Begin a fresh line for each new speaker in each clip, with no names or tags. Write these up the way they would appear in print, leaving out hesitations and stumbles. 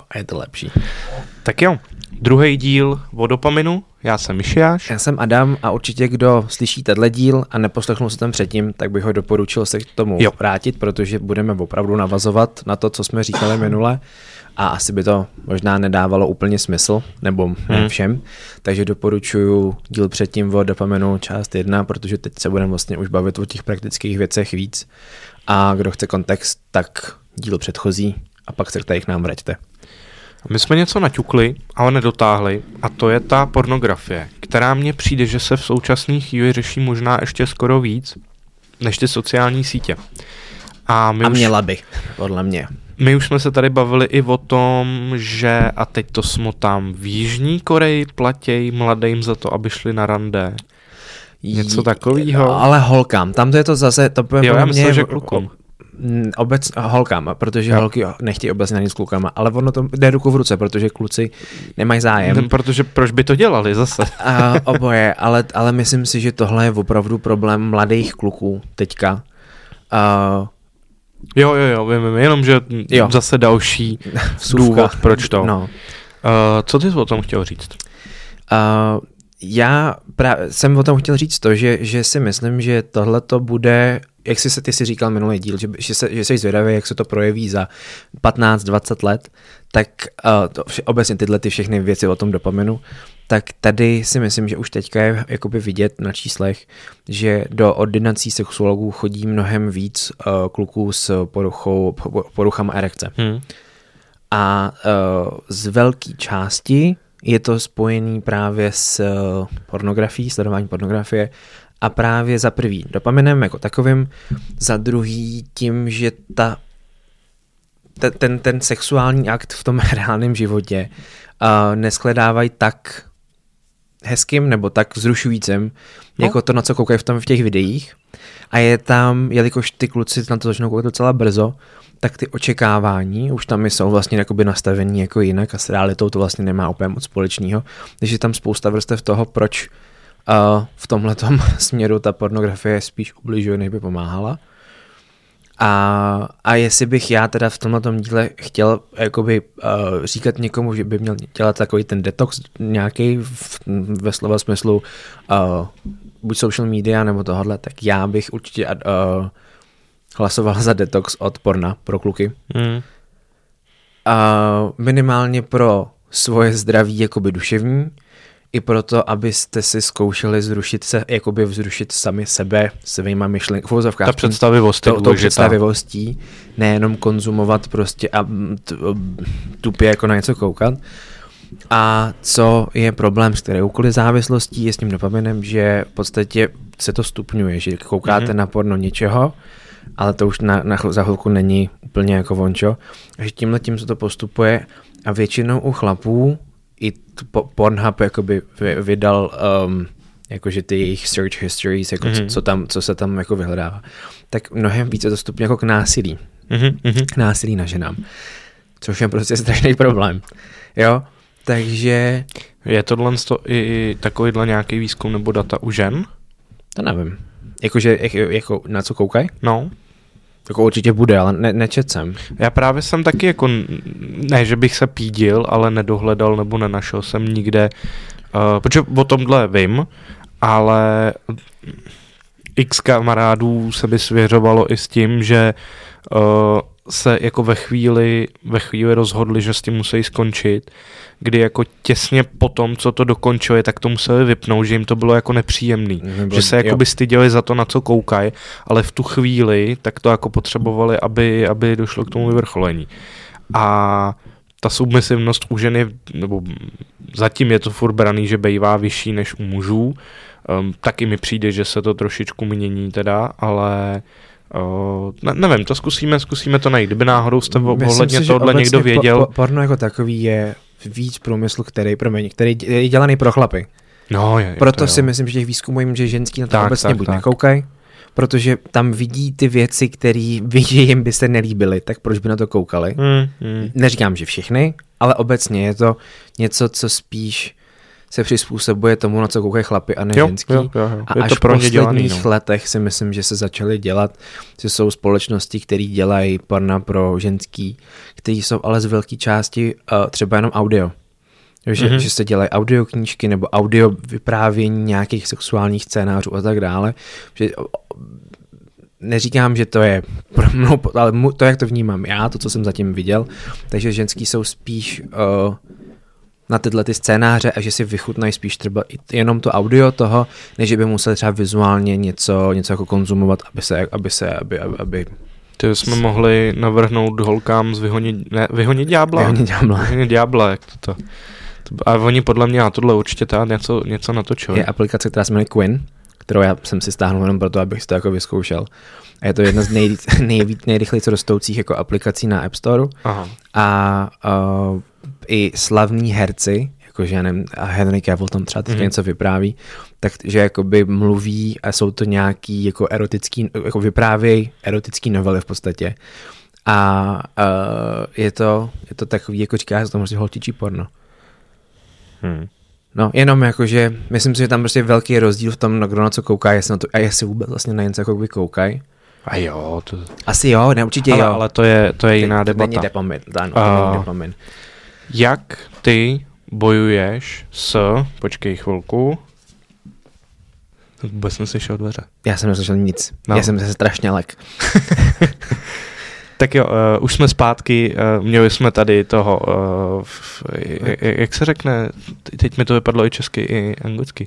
a je to lepší.
Tak jo, druhý díl o dopaminu, já jsem Mišiáš.
Já jsem Adam a určitě kdo slyší tenhle díl a neposlechnul se tam předtím, tak bych ho doporučil se k tomu vrátit, protože budeme opravdu navazovat na to, co jsme říkali minule a asi by to možná nedávalo úplně smysl, nebo ne všem, takže doporučuju díl předtím o dopaminu část 1, protože teď se budeme vlastně už bavit o těch praktických věcech víc a kdo chce kontext, tak díl předchozí a pak se tady k nám vraťte.
My jsme něco naťukli, ale nedotáhli a to je ta pornografie, která mně přijde, že se v současné chvíli řeší možná ještě skoro víc než ty sociální sítě. A
měla by, podle mě.
My už jsme se tady bavili i o tom, že, a teď to smotám, v Jižní Koreji platěj mladým za to, aby šli na rande. Něco takového.
Ale holkám, tam to je to zase, to
jo, já myslím, že klukům.
Holkám, protože holky nechtějí obecně na nic s klukama, ale ono to jde ruku v ruce, protože kluci nemají zájem.
Protože proč by to dělali zase?
Oboje, ale myslím si, že tohle je opravdu problém mladých kluků teďka.
Jo, vím, jenomže zase další důvod, proč to.
No.
Co ty jsi o tom chtěl říct?
Já jsem o tom chtěl říct to, že si myslím, že tohle to bude, jak ty si říkal minulý díl, že jsi zvědavý, jak se to projeví za 15-20 let, tak obecně tyhle ty všechny věci o tom dopaminu, tak tady si myslím, že už teďka je jakoby vidět na číslech, že do ordinací sexuologů chodí mnohem víc kluků s poruchama erekce. A z velké části je to spojený právě s pornografií, sledování pornografie a právě za prvý dopaminem jako takovým, za druhý tím, že ten sexuální akt v tom reálném životě neshledávají tak hezkým nebo tak vzrušujícím, jako to, na co koukají v těch videích. A je tam, jelikož ty kluci na to začnou koukat docela brzo, tak ty očekávání už tam jsou vlastně jakoby nastavení jako jinak a s realitou to vlastně nemá úplně moc společného. Takže je tam spousta vrstev toho, proč v tomhletom směru ta pornografie spíš ubližuje, než by pomáhala. A jestli bych já teda v tomhletom díle chtěl jakoby říkat někomu, že by měl dělat takový ten detox nějaký ve slova smyslu buď social media nebo tohodle, tak já bych určitě hlasoval za detox od porna pro kluky. Minimálně pro svoje zdraví jakoby duševní, i proto, abyste si zkoušeli vzrušit sami sebe svýma myšlenkami.
Ta představivost je důležitá.
Představivostí, nejenom konzumovat prostě a tupě jako na něco koukat. A co je problém s kteroukoliv závislostí, je s tím dopaminem, že v podstatě se to stupňuje, že koukáte na porno něčeho, ale to už za chvilku není úplně jako vončo. Takže tímhletím se to postupuje a většinou u chlapů i Pornhub jakoby vydal jakože ty jejich search histories, jako co se tam jako vyhledává. Tak mnohem více to stupňuje jako k násilí. K násilí na ženám. Což je prostě strašný problém. Jo? Takže...
Je tohle i takovýhle nějaký výzkum nebo data u žen?
To nevím. Jakože jako na co koukají?
No.
Jako určitě bude, ale nečet jsem.
Já právě jsem taky jako, ne, že bych se pídil, ale nedohledal nebo nenašel jsem nikde, protože o tomhle vím, ale x kamarádů se by svěřovalo i s tím, že se jako ve chvíli rozhodli, že s tím musí skončit, kdy jako těsně po tom, co to dokončili, tak to museli vypnout, že jim to bylo jako nepříjemný. Že se jako by styděli za to, na co koukají, ale v tu chvíli tak to jako potřebovali, aby došlo k tomu vyvrcholení. A ta submisivnost u ženy, nebo zatím je to furt braný, že bejvá vyšší než u mužů. Taky mi přijde, že se to trošičku mění teda, ale... nevím, to zkusíme to najít. Kdyby náhodou jste ohledně tohle někdo věděl.
Porno jako takový je víc průmysl, který je dělaný pro chlapy.
No,
proto si myslím, že těch výzkumů jim, že ženský na to obecně buď nekoukají, protože tam vidí ty věci, které ví, že jim by se nelíbily, tak proč by na to koukali. Neříkám, že všechny, ale obecně je to něco, co spíš se přizpůsobuje tomu, na co koukají chlapi a ne ženský.
Jo.
A až v posledních letech si myslím, že se začaly dělat, že jsou společnosti, které dělají porna pro ženský, které jsou ale z velké části třeba jenom audio. Že se dělají audioknížky nebo audio vyprávění nějakých sexuálních scénářů a tak dále. Že neříkám, že to je pro mnou, ale to, jak to vnímám já, to, co jsem zatím viděl, takže ženský jsou spíš na tyhle ty scénáře a že si vychutnají spíš třeba jenom to audio toho, než by museli třeba vizuálně něco jako konzumovat, aby
Ty jsme mohli navrhnout holkám z Vyhonit ďábla. Vyhonit ďábla, jak to. A oni podle mě na tohle určitě něco natočili.
Je aplikace, která se jmenuje Quinn, kterou já jsem si stáhnul jenom proto, abych si to jako vyzkoušel. A je to jedna z nejrychleji rostoucích jako aplikací na App Store.
Aha.
A i slavní herci, jakože já nevím, a Henry Cavill tam třeba teď něco vypráví, takže jakoby mluví a jsou to nějaký jako erotický, jako vyprávěj erotický novely v podstatě. A je to takový, jako říká se to prostě holčičí porno. No, jenom jakože, myslím si, že tam prostě je velký rozdíl v tom, kdo na co kouká, jestli vůbec vlastně na něco jako koukají.
A jo. To...
Asi jo, ne, určitě jo.
Ale to je jiná debata.
To není dopamin.
Jak ty bojuješ počkej chvilku, vůbec jsem slyšel dveře.
Já jsem neslyšel nic, Já jsem se strašně lek.
Tak jo, už jsme zpátky, měli jsme tady toho, jak se řekne, teď mi to vypadlo i česky, i anglicky.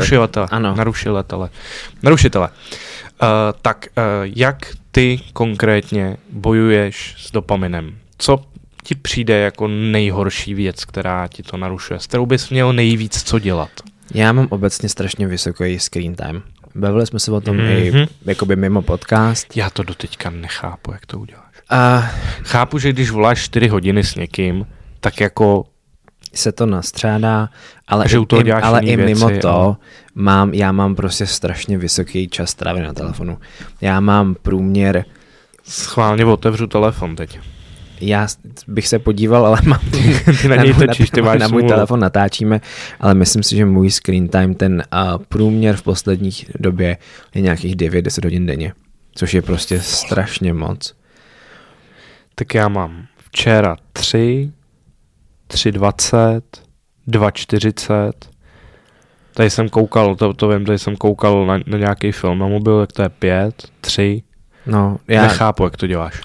Narušitele. Tak jak ty konkrétně bojuješ s dopaminem? Co ti přijde jako nejhorší věc, která ti to narušuje? S kterou bys měl nejvíc co dělat?
Já mám obecně strašně vysoký screen time. Bavili jsme se o tom i jakoby mimo podcast.
Já to doteďka nechápu, jak to uděláš. Chápu, že když voláš 4 hodiny s někým, tak jako
se to nastřádá, ale i
věci,
mimo to já mám prostě strašně vysoký čas strávy na telefonu. Já mám průměr...
Schválně otevřu telefon teď.
Já bych se podíval, ale mám...
Ty na něj točíš, ty máš
na můj telefon natáčíme, ale myslím si, že můj screen time, ten průměr v posledních době je nějakých 9-10 hodin denně, což je prostě strašně moc.
Tak já mám včera 3, 3:20, 2:40. Tady jsem koukal, to vím, tady jsem koukal na nějaký film na mobil, jak to je 5, 3.
No,
nechápu, jak to děláš.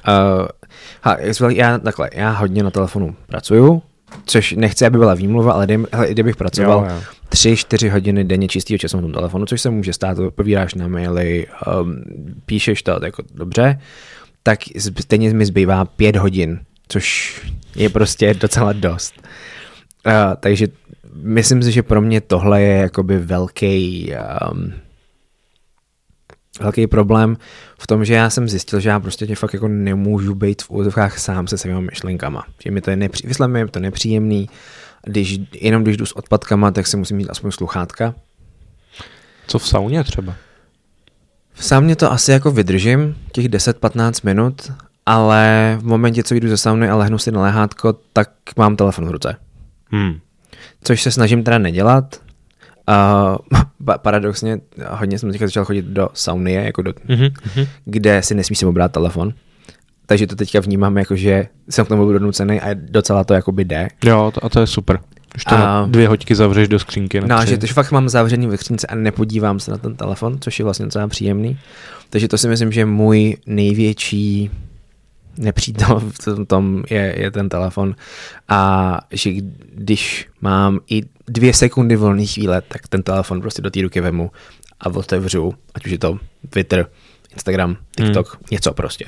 Já hodně na telefonu pracuju, což nechci, aby byla výmluva, ale kdybych pracoval 3-4 hodiny denně čistého času na tom telefonu, což se může stát, odpovídáš na maily, píšeš to jako dobře, tak stejně mi zbývá 5 hodin, což je prostě docela dost. Takže myslím si, že pro mě tohle je jakoby velký problém v tom, že já jsem zjistil, že já prostě fakt jako nemůžu být v úzovkách sám se svýma myšlenkama. Že mi to je nepříjemný, když jdu s odpadkama, tak si musím mít aspoň sluchátka.
Co v sauně třeba?
V sauně to asi jako vydržím, těch 10-15 minut, ale v momentě, co jdu ze sauny a lehnu si na lehátko, tak mám telefon v ruce. Což se snažím teda nedělat. Paradoxně hodně jsem teďka začal chodit do sauny, jako kde si nesmí sebou brát telefon. Takže to teďka vnímám jako, že jsem k tomu byl donucený a docela to jakoby jde.
Jo, a to je super. Už to 2 hoďky zavřeš do skřínky.
No, že to fakt mám zavřený ve skřínce a nepodívám se na ten telefon, což je vlastně docela příjemný. Takže to si myslím, že můj největší nepřítel v tom je ten telefon. A že když mám i 2 sekundy volný chvíle, tak ten telefon prostě do té ruky vemu a otevřu, ať už je to Twitter, Instagram, TikTok, něco prostě.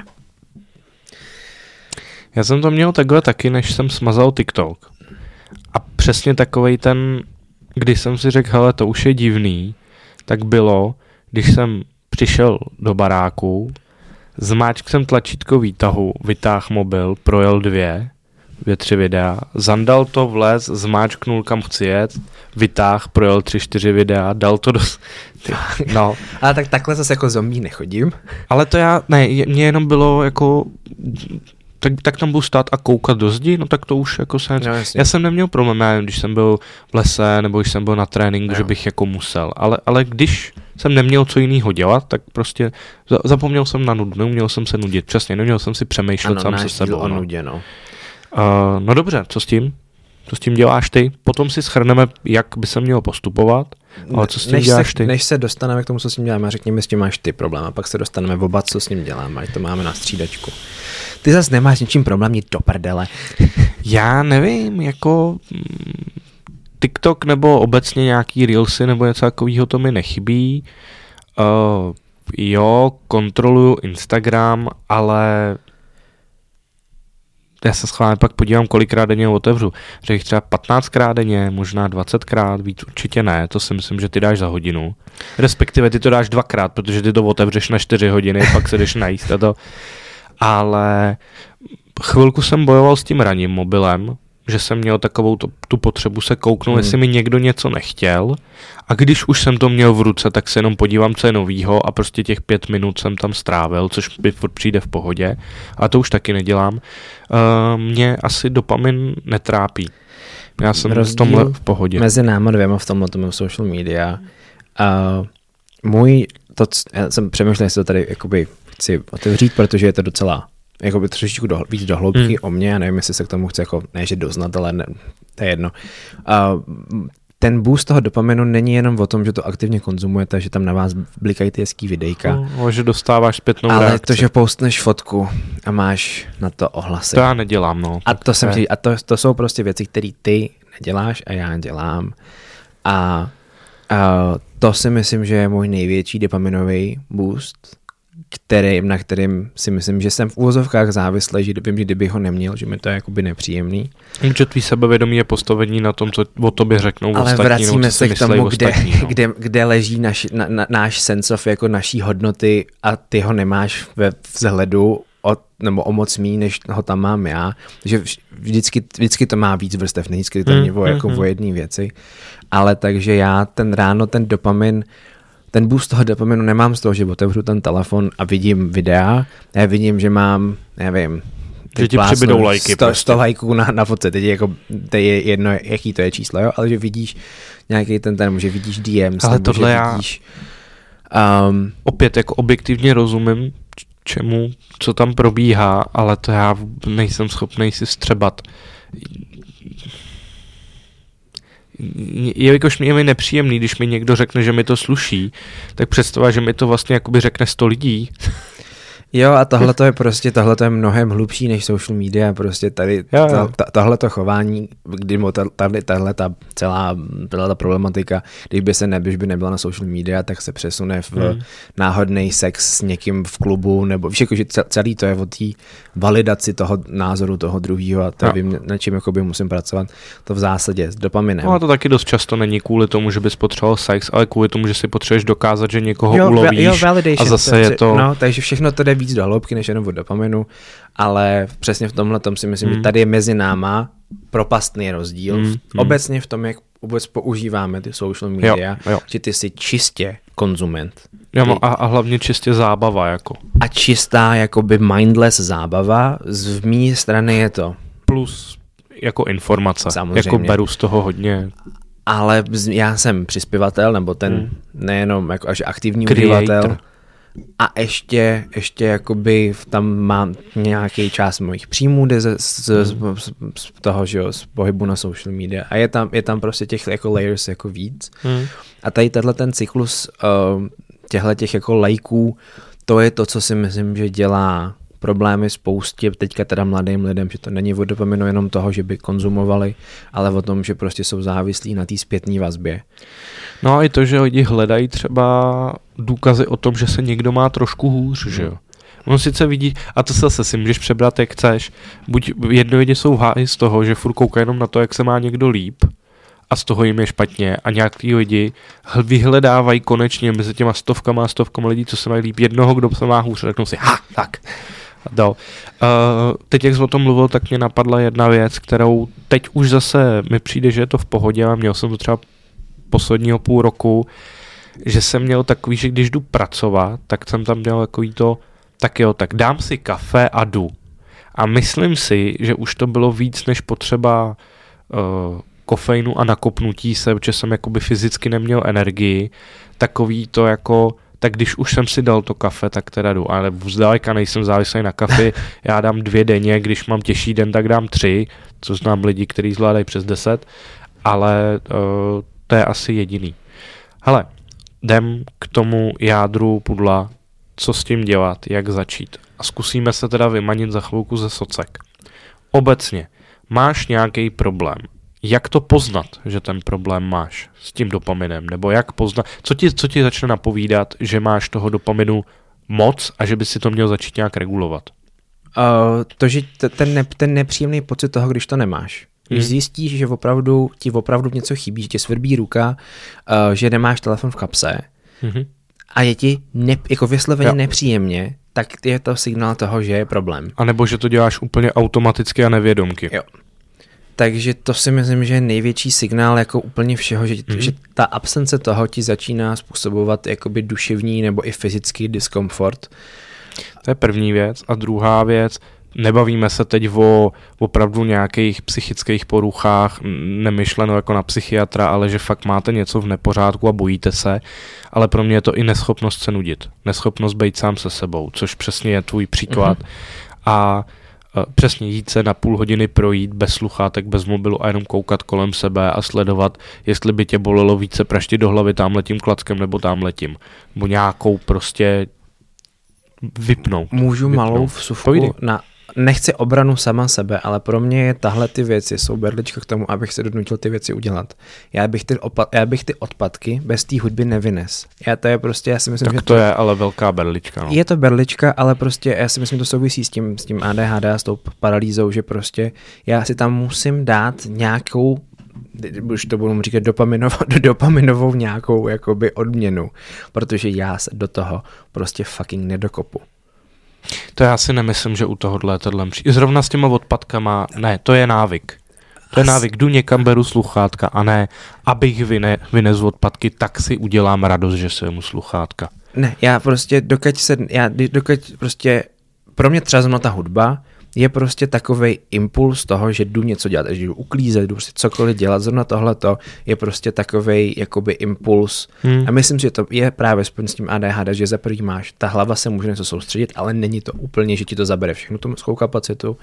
Já jsem to měl takhle taky, než jsem smazal TikTok. A přesně takovej ten, když jsem si řekl, hele, to už je divný, tak bylo, když jsem přišel do baráku, zmáčkl jsem tlačítko výtahu, vytáhl mobil, projel 2-3 videa, zandal to, vlez, zmáčknul kam chci jet, vytáhl, projel 3-4 videa, dal to do... No.
Ale takhle zase jako zombie nechodím.
Ale to mě jenom bylo jako... tak tam budu stát a koukat do zdi, no tak to už jako se...
No,
já jsem neměl problém, já když jsem byl v lese, nebo když jsem byl na tréninku, že bych jako musel, ale když jsem neměl co jiného dělat, tak prostě zapomněl jsem na nudu, neuměl jsem se nudit, přesně, neměl jsem si přemýšlet sám se sebou.
Ano, nudě, no.
No dobře, co s tím? Co s tím děláš ty? Potom si shrneme, jak by se mělo postupovat, ale co s tím děláš ty?
Než se dostaneme k tomu, co s tím děláme, řekněme, s tím máš ty problém a pak se dostaneme oba, co s ním děláme, ať to máme na střídačku. Ty zase nemáš ničím problém, jít do prdele.
Já nevím, jako TikTok nebo obecně nějaký Reelsy nebo něco takového to mi nechybí. Jo, kontroluju Instagram, ale já se schválně pak podívám, kolikrát denně otevřu. Řekl třeba 15krát denně, možná 20krát, víc určitě ne, to si myslím, že ty dáš za hodinu. Respektive ty to dáš 2krát, protože ty to otevřeš na 4 hodiny, pak se jdeš najíst a to. Ale chvilku jsem bojoval s tím ranním mobilem, že jsem měl takovou tu potřebu se kouknout, jestli mi někdo něco nechtěl. A když už jsem to měl v ruce, tak se jenom podívám, co je novýho a prostě těch 5 minut jsem tam strávil, což mi přijde v pohodě. A to už taky nedělám. Mě asi dopamin netrápí. Já jsem v tomhle v pohodě.
Mezi náma dvěma v tomhle social media. Já jsem přemýšlel, jestli to tady jakoby chci otevřít, protože je to docela jakoby trošičku víc do hloubky o mě, já nevím, jestli se k tomu chci jako, ne, že doznat, ale ne, to je jedno. Ten boost toho dopaminu není jenom o tom, že to aktivně konzumujete, že tam na vás blikají ty hezký videjka.
No, že dostáváš zpětnou reakci.
Ale to, že postneš fotku a máš na to ohlasy.
To já nedělám, no.
A to jsou prostě věci, které ty neděláš a já dělám. A to si myslím, že je můj největší dopaminový boost, na kterým si myslím, že jsem v úvozovkách závislý, že vím, že kdybych ho neměl, že mi to je jakoby nepříjemný.
Že tvý sebevědomí je postavení na tom, co o tobě řeknou
ale
ostatní.
Ale vracíme se k tomu,
ostatní,
kde leží náš sense of jako naší hodnoty a ty ho nemáš ve vzhledu nebo o moc mý, než ho tam mám já. Takže vždycky to má víc vrstev, vždycky to není o jedné věci. Ale takže já ten dopamin, ten boost toho dopaminu nemám z toho, že otevřu ten telefon a vidím videa, já vidím, že mám, nevím,
že ti přibydou lajky.
100 lajků na fotce, teď to je jedno, jaký to je číslo, jo? Ale že vidíš nějaký že vidíš DMs,
ale
nebo že vidíš...
Opět jako objektivně rozumím, co tam probíhá, ale to já nejsem schopný si vstřebat. Jelikož je mi nepříjemný, když mi někdo řekne, že mi to sluší, tak představa, že mi to vlastně jakoby řekne 100 lidí.
Jo, a tohle je mnohem hlubší než social media, prostě tady tohleto chování, kdy tahle celá problematika, když by nebyla na social media, tak se přesune v náhodný sex s někým v klubu, nebo víš, jako, že celý to je o té validaci toho názoru toho druhého a to vím, na čím jakoby musím pracovat, to v zásadě s dopaminem.
No a to taky dost často není kvůli tomu, že bys potřeboval sex, ale kvůli tomu, že si potřebuješ dokázat, že někoho ulovíš a zase je to...
No, takže všechno to jde víc do hloubky, než jenom od dopaminu, ale přesně v tomhle tom si myslím, že tady je mezi náma propastný rozdíl. Obecně v tom, jak vůbec používáme ty social media, že ty jsi čistě konzument.
A hlavně čistě zábava. Jako.
A čistá jakoby mindless zábava, z mé strany je to.
Plus jako informace.
Samozřejmě.
Jako beru z toho hodně.
Ale já jsem přispěvatel, nebo ten nejenom jako až aktivní uživatel. A ještě jakoby tam mám nějaký část mojich příjmů jde z toho, že jo, z pohybu na social media. A je tam prostě těch jako layers jako víc. A tady ten cyklus těch jako lajků, to je to, co si myslím, že dělá problémy spoustě teďka teda mladým lidem, že to není o dopaminu jenom toho, že by konzumovali, ale o tom, že prostě jsou závislí na té zpětné vazbě.
No a i to, že lidi hledají třeba důkazy o tom, že se někdo má trošku hůř, že jo. On sice vidí, a to se zase si můžeš přebrat, jak chceš, buď jedno lidi jsou háji z toho, že furt koukají jenom na to, jak se má někdo líp, a z toho jim je špatně a nějaký lidi vyhledávají konečně mezi těma stovkama lidí, co se mají líp, jednoho, kdo se má hůř, řeknou si, tak. Teď, jak jsi o tom mluvil, tak mě napadla jedna věc, kterou teď už zase mi přijde, že je to v pohodě a měl jsem to třeba posledního půl roku, že jsem měl takový, že když jdu pracovat, tak jsem tam měl takový to, tak dám si kafe a jdu. A myslím si, že už to bylo víc než potřeba kofeinu a nakopnutí se, protože jsem jakoby fyzicky neměl energii, takový to jako, tak když už jsem si dal to kafe, tak teda jdu, ale zdaleka nejsem závislý na kafi, já dám 2 denně, když mám těžší den, tak dám 3, co znám lidi, kteří zvládají přes 10, ale to je asi jediný. Hele, jdem k tomu jádru pudla, co s tím dělat, jak začít. A zkusíme se teda vymanit za chvilku ze socek. Obecně, máš nějaký problém. Jak to poznat, že ten problém máš s tím dopaminem? Nebo jak poznat, co ti začne napovídat, že máš toho dopaminu moc a že by si to měl začít nějak regulovat?
Že ten nepříjemný pocit toho, když to nemáš. Když zjistíš, že ti opravdu něco chybí, že tě svrbí ruka, že nemáš telefon v kapse a je ti jako vysloveně nepříjemně, tak je to signál toho, že je problém.
A nebo že to děláš úplně automaticky a nevědomky.
Jo. Takže to si myslím, že je největší signál jako úplně všeho, že ta absence toho ti začíná způsobovat jakoby duševní nebo i fyzický diskomfort.
To je první věc. A druhá věc, nebavíme se teď o opravdu nějakých psychických poruchách, nemyšleno jako na psychiatra, ale že fakt máte něco v nepořádku a bojíte se, ale pro mě je to i neschopnost se nudit. Neschopnost být sám se sebou, což přesně je tvůj příklad. A přesně jít se na půl hodiny projít bez sluchátek, bez mobilu a jenom koukat kolem sebe a sledovat, jestli by tě bolelo více praštit do hlavy támhletím klackem nebo támhletím. Nebo nějakou prostě vypnout.
Můžu malou vsuvku na... Nechci obranu sama sebe, ale pro mě je tahle ty věci, jsou berlička k tomu, abych se donutil ty věci udělat. Já bych ty odpadky bez té hudby nevynes. Já si myslím,
tak
že
to je ale velká berlička. No.
Je to berlička, ale prostě já si myslím, že to souvisí s tím ADHD a s tou paralýzou, že prostě já si tam musím dát nějakou, už to budu říkat dopaminovou nějakou jakoby odměnu, protože já se do toho prostě fucking nedokopu.
To já si nemyslím, že u tohohle zrovna s těma odpadkama, ne, to je návyk. To je návyk, jdu někam, beru sluchátka a ne, abych vynesl odpadky, tak si udělám radost, že si vemu sluchátka. Ne,
já prostě, dokud pro mě třeba zrovna ta hudba je prostě takovej impuls toho, že jdu něco dělat, že jdu uklízet, jdu prostě cokoliv dělat, zrovna tohleto je prostě takovej jakoby impuls. A myslím si, že to je právě spojeno s tím ADHD, že za první máš, ta hlava se může něco soustředit, ale není to úplně, že ti to zabere všechno tu mozkovou kapacitu.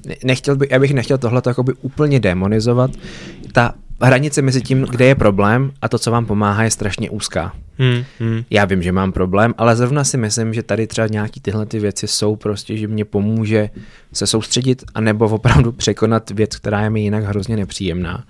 Já bych nechtěl tohleto jakoby úplně demonizovat. Ta hranice mezi tím, kde je problém a to, co vám pomáhá, je strašně úzká. Já vím, že mám problém, ale zrovna si myslím, že tady třeba nějaký tyhle ty věci jsou prostě, že mě pomůže se soustředit anebo opravdu překonat věc, která je mi jinak hrozně nepříjemná.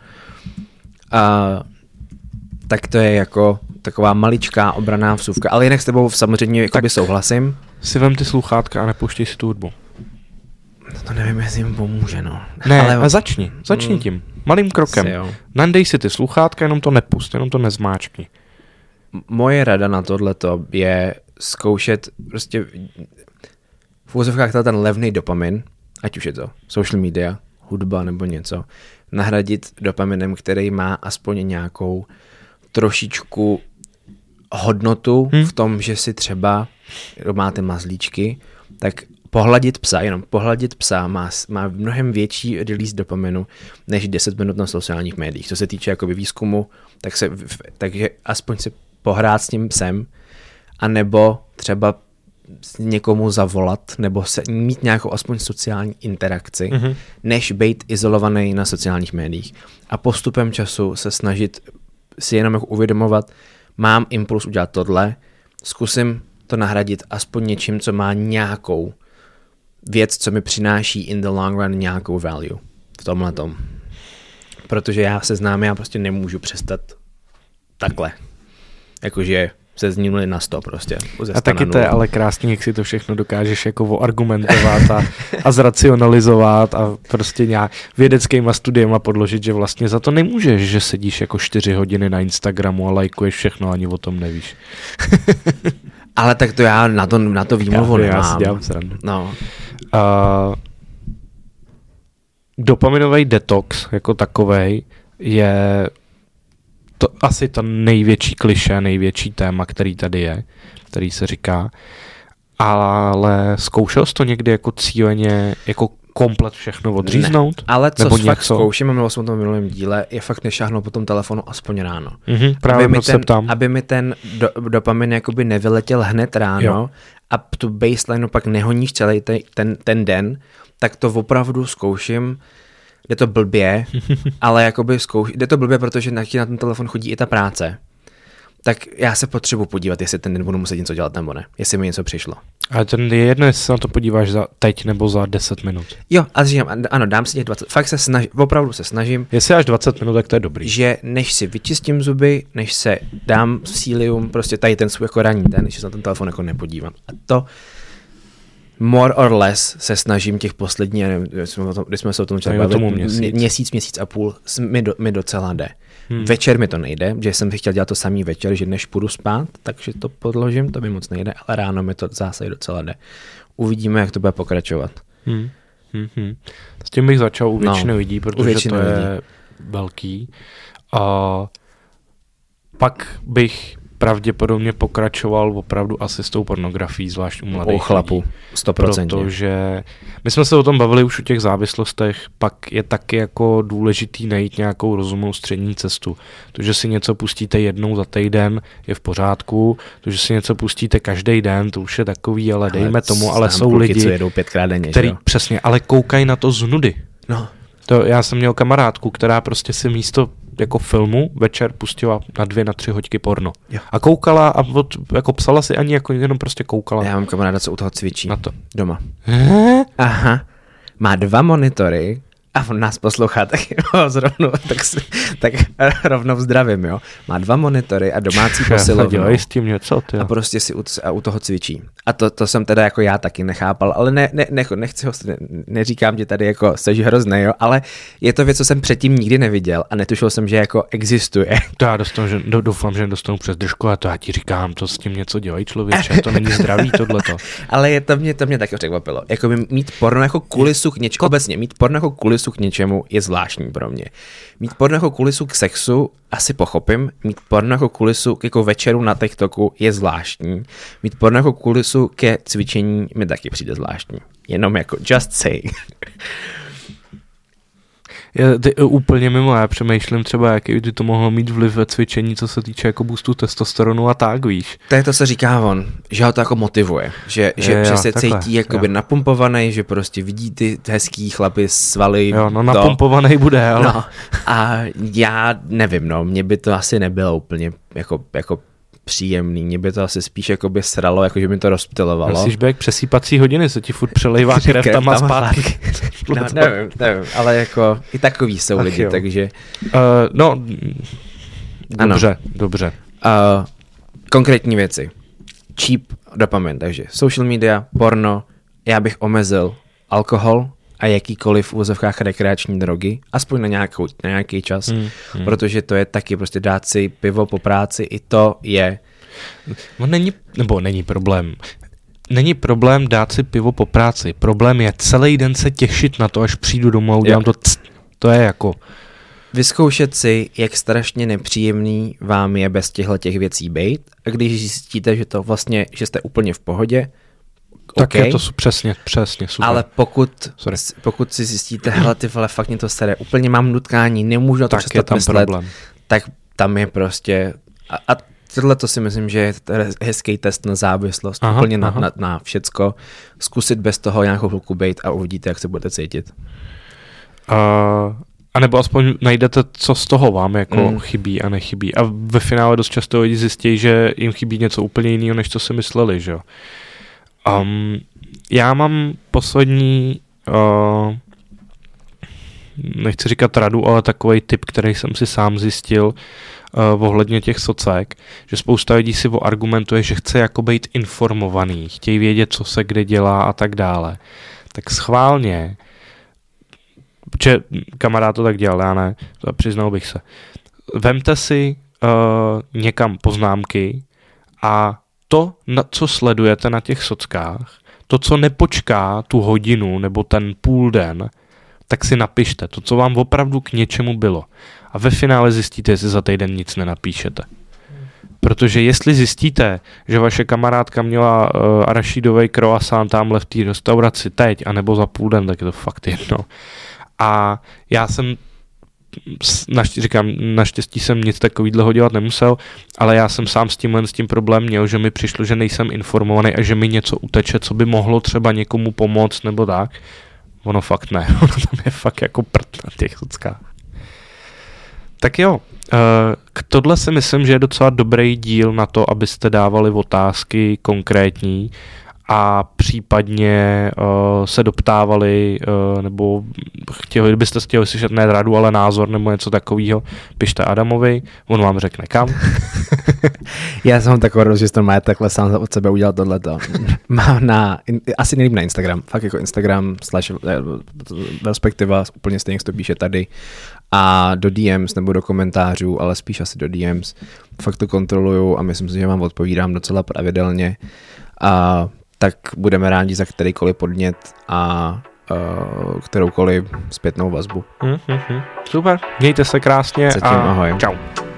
Tak to je jako taková maličká obranná vsuvka, ale jinak s tebou samozřejmě jakoby souhlasím.
Si vem ty sluchátka a nepouštěj si tu hudbu.
To nevím, jestli jim pomůže, no.
Ne, ale začni tím, malým krokem. Nandej si ty sluchátka, jenom to nepust, jenom to nezmáčkni.
Moje rada na tohleto je zkoušet prostě v úzovkách ten levný dopamin, ať už je to social media, hudba nebo něco, nahradit dopaminem, který má aspoň nějakou trošičku hodnotu v tom, že si třeba máte mazlíčky, tak jenom pohladit psa má mnohem větší release dopaminu než 10 minut na sociálních médiích. Co se týče jakoby výzkumu, takže aspoň si pohrát s tím psem, anebo třeba někomu zavolat, nebo mít nějakou aspoň sociální interakci, než být izolovaný na sociálních médiích. A postupem času se snažit si jenom jako uvědomovat, mám impuls udělat tohle, zkusím to nahradit aspoň něčím, co má nějakou věc, co mi přináší in the long run nějakou value v tomhletom. Protože já prostě nemůžu přestat takhle. Jakože se znímili na 100 prostě.
A taky to je ale krásný, jak si to všechno dokážeš jako oargumentovat a zracionalizovat a prostě nějak vědeckýma studiema podložit, že vlastně za to nemůžeš, že sedíš jako 4 hodiny na Instagramu a lajkuješ všechno, ani o tom nevíš.
Ale tak to já na to výmluvu nemám.
Já si dělám srandu.
No.
Dopaminový detox jako takovej je to asi ta největší klišé, největší téma, který tady je, který se říká, ale zkoušel jsi to někdy jako cíleně jako komplet všechno odříznout?
Ne, ale co
nebo
fakt zkouším, a mluvil jsem o tom v minulém díle, je fakt nešáhnout po tom telefonu aspoň ráno.
Právě se ptám.
Aby mi ten dopamin jakoby nevyletěl hned ráno a tu baseline pak nehoníš celý ten den, tak to opravdu zkouším. Jde to blbě, ale jakoby jde to blbě, protože na ten telefon chodí i ta práce. Tak já se potřebuji podívat, jestli ten den budu muset něco dělat nebo ne, jestli mi něco přišlo.
Ale ten je jedno, jestli se na to podíváš za teď nebo za 10 minut.
Jo, a říkám, ano, dám si těch 20, fakt opravdu se snažím.
Jestli až 20 minut, tak to je dobrý.
Že než si vyčistím zuby, než se dám sílium, prostě tady ten svůj jako ranní den, než se na ten telefon jako nepodívám. A to more or less se snažím těch posledních, když jsme se o tom bavili, měsíc a půl, mi docela jde. Večer mi to nejde, že jsem si chtěl dělat to samý večer, že než půjdu spát, takže to podložím, to mi moc nejde, ale ráno mi to zase docela jde. Uvidíme, jak to bude pokračovat.
S tím bych začal u většiny lidí, protože to je velký. A pak bych pravděpodobně pokračoval opravdu asi s tou pornografií, zvlášť u mladých
chlapů, 100%.
Protože my jsme se o tom bavili už o těch závislostech, pak je taky jako důležitý najít nějakou rozumnou střední cestu. To, že si něco pustíte jednou za týden, je v pořádku, to, že si něco pustíte každý den, to už je takový, ale dejme tomu, ale jsou lidi,
co jedou 5krát denně,
který přesně, ale koukají na to z nudy.
No.
To já jsem měl kamarádku, která prostě si místo jako filmu večer pustila na 2-3 hodiny porno. Jo. A koukala a jako psala si ani jako jenom prostě koukala.
Já mám kamaráda, co u toho cvičí.
Na to.
Doma. Aha. Má 2 monitory a on nás poslouchá, tak rovnou zdravím, jo. Má 2 monitory a domácí posilovnu.
Dělají s tím něco, ty.
A prostě si u toho cvičí. A to jsem teda jako já taky nechápal, ale nechci ho, neříkám ti tady jako seš hrozný, jo, ale je to věc, co jsem předtím nikdy neviděl a netušil jsem, že jako existuje.
To já doufám, že dostanu přes držku a to já ti říkám, to s tím něco dělají člověče, to není zdravý tohleto.
Ale to mě taky překvapilo. Jako mít porno jako kulisu k něčemu, obecně mít porno jako kulisu k něčemu je zvláštní pro mě. Mít porno jako kulisu k sexu asi pochopím, mít porno jako kulisu jako večeru na TikToku je zvláštní. Mít porno jako kulisu ke cvičení mi taky přijde zvláštní. Jenom jako just say.
Úplně mimo, já přemýšlím třeba, jaký by to mohlo mít vliv ve cvičení, co se týče jako boostu testosteronu a tak, víš.
To je to, co říká on, že ho to jako motivuje, že se cítí jakoby napumpovaný, že prostě vidí ty hezký chlapy svaly.
Jo, no napumpovaný bude, ale.
No, a já nevím, no, mně by to asi nebylo úplně jako příjemný, mě by to asi spíš jakoby sralo, jakože mi to rozptylovalo.
Myslíš, že jak přesípací hodiny se ti furt přelejvá krev tam a zpátky.
No, nevím, ale jako i takový jsou lidi, jo. Takže...
Dobře.
Konkrétní věci. Cheap dopamin, takže social media, porno, já bych omezil alkohol a jakýkoliv v úvozovkách rekreační drogy, aspoň na nějaký čas, protože to je taky prostě dát si pivo po práci, i to je...
Není problém. Není problém dát si pivo po práci. Problém je celý den se těšit na to, až přijdu domů a udělám to. To je jako...
Vyzkoušet si, jak strašně nepříjemný vám je bez těch věcí bejt, a když zjistíte, že to vlastně, že jste úplně v pohodě,
tak je to přesně, super.
Ale pokud si zjistíte, hele ty vole, fakt mě to sere, úplně mám nutkání, nemůžu na to přestat myslet, problém. Tak tam je prostě, a tohle to si myslím, že je hezký test na závislost, úplně na všecko, zkusit bez toho nějakou chvilku bejt a uvidíte, jak se budete cítit.
A nebo aspoň najdete, co z toho vám jako chybí a nechybí. A ve finále dost často lidi zjistí, že jim chybí něco úplně jiného, než co si mysleli, že jo. Já mám poslední, nechci říkat radu, ale takovej tip, který jsem si sám zjistil ohledně těch socek, že spousta lidí si argumentuje, že chce jako být informovaný, chtějí vědět, co se kde dělá a tak dále. Tak schválně, protože kamarád to tak dělal, já ne, přiznal bych se. Vemte si někam poznámky a to, co sledujete na těch sockách, to, co nepočká tu hodinu nebo ten půl den, tak si napište to, co vám opravdu k něčemu bylo. A ve finále zjistíte, jestli za týden nic nenapíšete. Protože jestli zjistíte, že vaše kamarádka měla arašidový croissant tamhle v té restauraci teď, anebo za půl den, tak je to fakt jedno. A já jsem, naštěstí jsem nic takovýhleho dělat nemusel, ale já jsem sám s tím problém měl, že mi přišlo, že nejsem informovaný a že mi něco uteče, co by mohlo třeba někomu pomoct nebo tak. Ono fakt ne, ono tam je fakt jako prd na těch sockách. Tak jo, k tohle si myslím, že je docela dobrý díl na to, abyste dávali otázky konkrétní a případně se doptávali, nebo kdybyste chtěli slyšet ne radu, ale názor nebo něco takového, pište Adamovi, on vám řekne kam.
Já jsem takovou radost, že jsem má takhle sám od sebe udělat tohleto. Mám asi nejlíp na Instagram, fakt jako Instagram / respektiva úplně stejně, jak to píše tady, a do DMs nebo do komentářů, ale spíš asi do DMs. Fakt to kontroluju a myslím si, že vám odpovídám docela pravidelně. A tak budeme rádi za kterýkoliv podnět a kteroukoliv zpětnou vazbu.
Super, mějte se krásně
a
ahoj.
Čau.